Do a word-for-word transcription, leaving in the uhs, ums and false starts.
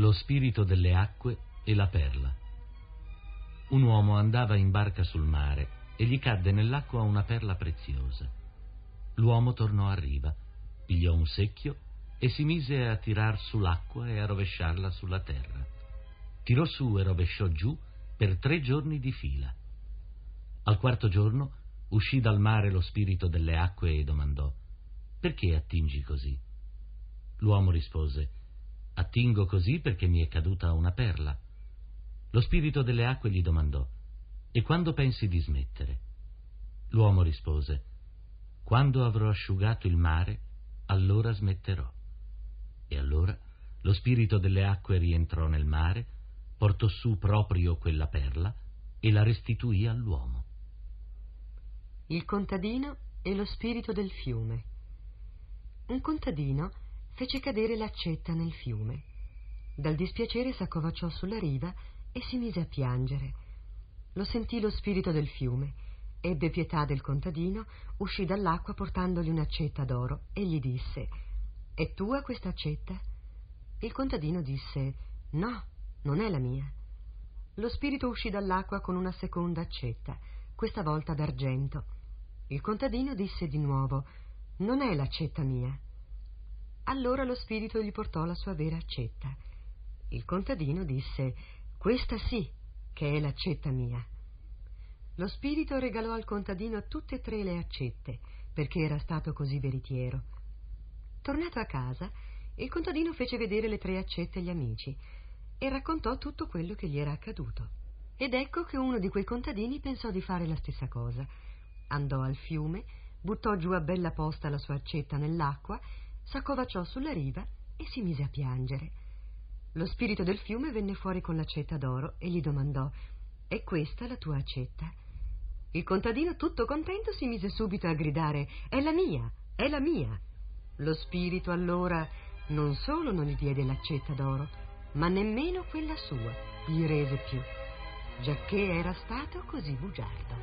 Lo spirito delle acque e la perla. Un uomo andava in barca sul mare e gli cadde nell'acqua una perla preziosa. L'uomo tornò a riva, pigliò un secchio e si mise a tirar su l'acqua e a rovesciarla sulla terra. Tirò su e rovesciò giù per tre giorni di fila. Al quarto giorno uscì dal mare lo spirito delle acque e domandò: «Perché attingi così?» L'uomo rispose: «Attingo così perché mi è caduta una perla». Lo spirito delle acque gli domandò: «E quando pensi di smettere?» L'uomo rispose: «Quando avrò asciugato il mare, allora smetterò». E allora lo spirito delle acque rientrò nel mare, portò su proprio quella perla e la restituì all'uomo. Il contadino e lo spirito del fiume. Un contadino fece cadere l'accetta nel fiume. Dal dispiacere s'accovacciò sulla riva e si mise a piangere. Lo sentì lo spirito del fiume, ebbe pietà del contadino, uscì dall'acqua portandogli un'accetta d'oro e gli disse: «È tua questa accetta?» Il contadino disse: «No, non è la mia». Lo spirito uscì dall'acqua con una seconda accetta, questa volta d'argento. Il contadino disse di nuovo: «Non è l'accetta mia». Allora lo spirito gli portò la sua vera accetta. Il contadino disse: «Questa sì, che è l'accetta mia». Lo spirito regalò al contadino tutte e tre le accette, perché era stato così veritiero. Tornato a casa, il contadino fece vedere le tre accette agli amici e raccontò tutto quello che gli era accaduto. Ed ecco che uno di quei contadini pensò di fare la stessa cosa. Andò al fiume, buttò giù a bella posta la sua accetta nell'acqua, s'accovacciò sulla riva e si mise a piangere. Lo spirito del fiume venne fuori con l'accetta d'oro e gli domandò: «È questa la tua accetta?» Il contadino, tutto contento, si mise subito a gridare: «È la mia, è la mia!» Lo spirito allora non solo non gli diede l'accetta d'oro, ma nemmeno quella sua gli rese più, giacché era stato così bugiardo.